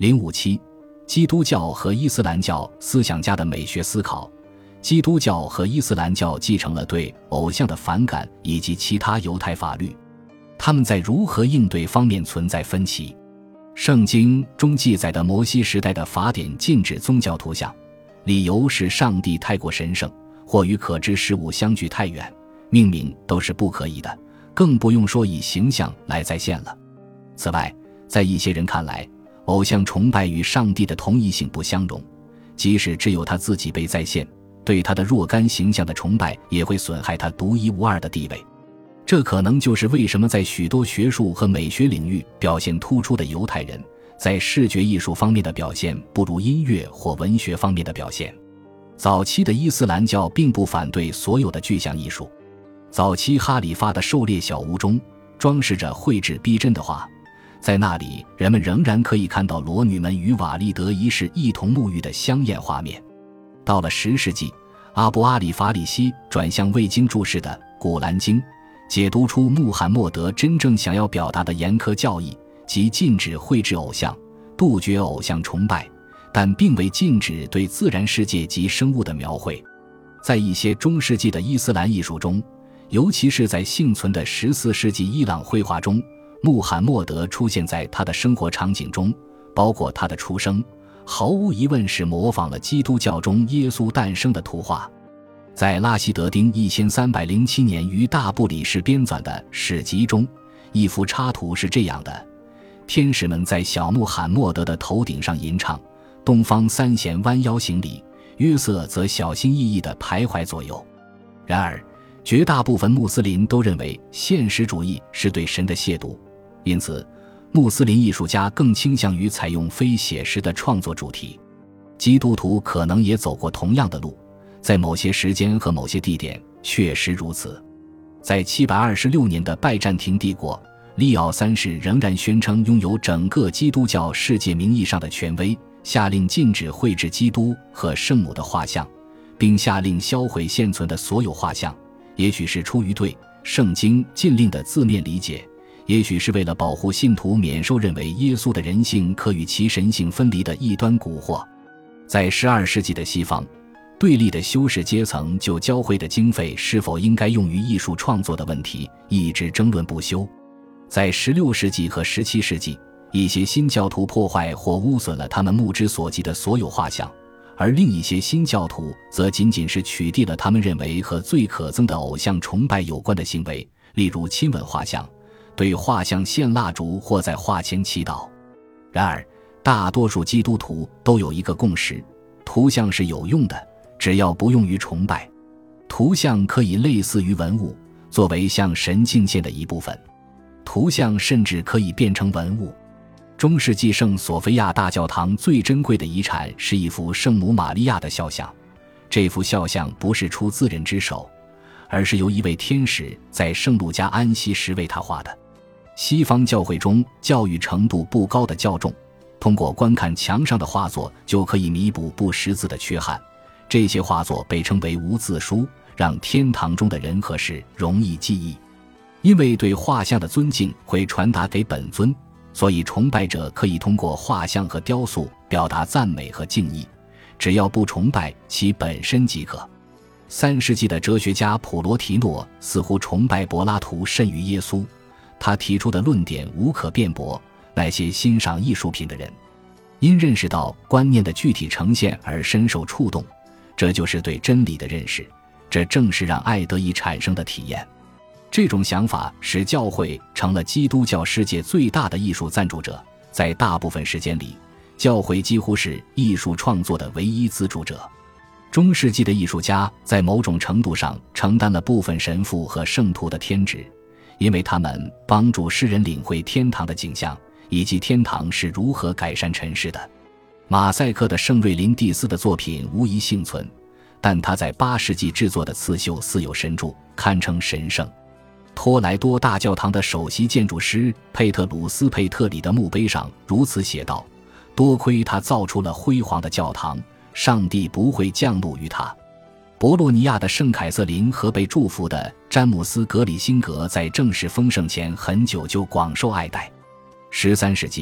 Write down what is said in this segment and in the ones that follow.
057基督教和伊斯兰教思想家的美学思考。基督教和伊斯兰教继承了对偶像的反感以及其他犹太法律，他们在如何应对方面存在分歧。圣经中记载的摩西时代的法典禁止宗教图像，理由是上帝太过神圣，或与可知事物相距太远，命名都是不可以的，更不用说以形象来再现了。此外，在一些人看来，偶像崇拜与上帝的同一性不相容，即使只有他自己被再现，对他的若干形象的崇拜也会损害他独一无二的地位。这可能就是为什么在许多学术和美学领域表现突出的犹太人，在视觉艺术方面的表现不如音乐或文学方面的表现。早期的伊斯兰教并不反对所有的具象艺术。早期哈里发的狩猎小屋中装饰着绘制逼真的画，在那里人们仍然可以看到裸女们与瓦利德一世一同沐浴的香艳画面。到了10世纪，阿布阿里法里西转向未经注释的古兰经，解读出穆罕默德真正想要表达的严苛教义，即禁止绘制偶像，杜绝偶像崇拜，但并未禁止对自然世界及生物的描绘。在一些中世纪的伊斯兰艺术中，尤其是在幸存的14世纪伊朗绘画中，穆罕默德出现在他的生活场景中，包括他的出生，毫无疑问是模仿了基督教中耶稣诞生的图画。在拉希德丁1307年于大布里士编纂的史籍中，一幅插图是这样的：天使们在小穆罕默德的头顶上吟唱，东方三贤弯腰行礼，约瑟则小心翼翼地徘徊左右。然而绝大部分穆斯林都认为现实主义是对神的亵渎，因此穆斯林艺术家更倾向于采用非写实的创作主题。基督徒可能也走过同样的路，在某些时间和某些地点确实如此。在726年的拜占庭帝国，利奥三世仍然宣称拥有整个基督教世界名义上的权威，下令禁止绘制基督和圣母的画像，并下令销毁现存的所有画像，也许是出于对圣经禁令的字面理解，也许是为了保护信徒免受认为耶稣的人性可与其神性分离的异端蛊惑。在12世纪的西方，对立的修士阶层就教会的经费是否应该用于艺术创作的问题一直争论不休。在16世纪和17世纪，一些新教徒破坏或污损了他们目之所及的所有画像，而另一些新教徒则仅仅是取缔了他们认为和最可憎的偶像崇拜有关的行为，例如亲吻画像，对画像献蜡烛或在画前祈祷。然而大多数基督徒都有一个共识：图像是有用的，只要不用于崇拜。图像可以类似于文物，作为向神敬献的一部分。图像甚至可以变成文物。中世纪圣索菲亚大教堂最珍贵的遗产是一幅圣母玛利亚的肖像，这幅肖像不是出自人之手，而是由一位天使在圣路加安息时为他画的。西方教会中教育程度不高的教众，通过观看墙上的画作就可以弥补不识字的缺憾，这些画作被称为无字书，让天堂中的人和事容易记忆。因为对画像的尊敬会传达给本尊，所以崇拜者可以通过画像和雕塑表达赞美和敬意，只要不崇拜其本身即可。3世纪的哲学家普罗提诺似乎崇拜柏拉图甚于耶稣，他提出的论点无可辩驳。那些欣赏艺术品的人因认识到观念的具体呈现而深受触动，这就是对真理的认识，这正是让爱得以产生的体验。这种想法使教会成了基督教世界最大的艺术赞助者，在大部分时间里，教会几乎是艺术创作的唯一资助者。中世纪的艺术家在某种程度上承担了部分神父和圣徒的天职，因为他们帮助世人领会天堂的景象，以及天堂是如何改善尘世的。马赛克的圣瑞林蒂斯的作品无疑幸存，但他在8世纪制作的刺绣似有神助，堪称神圣。托莱多大教堂的首席建筑师佩特鲁斯·佩特里的墓碑上如此写道：多亏他造出了辉煌的教堂，上帝不会降怒于他。博洛尼亚的圣凯瑟琳和被祝福的詹姆斯·格里辛格在正式丰盛前很久就广受爱戴。13世纪，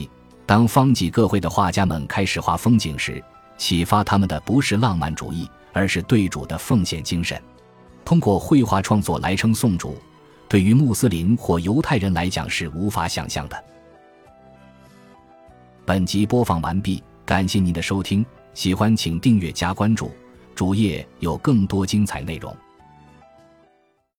当方济各会的画家们开始画风景时，启发他们的不是浪漫主义，而是对主的奉献精神。通过绘画创作来称颂主，对于穆斯林或犹太人来讲是无法想象的。本集播放完毕，感谢您的收听，喜欢请订阅加关注，主页有更多精彩内容。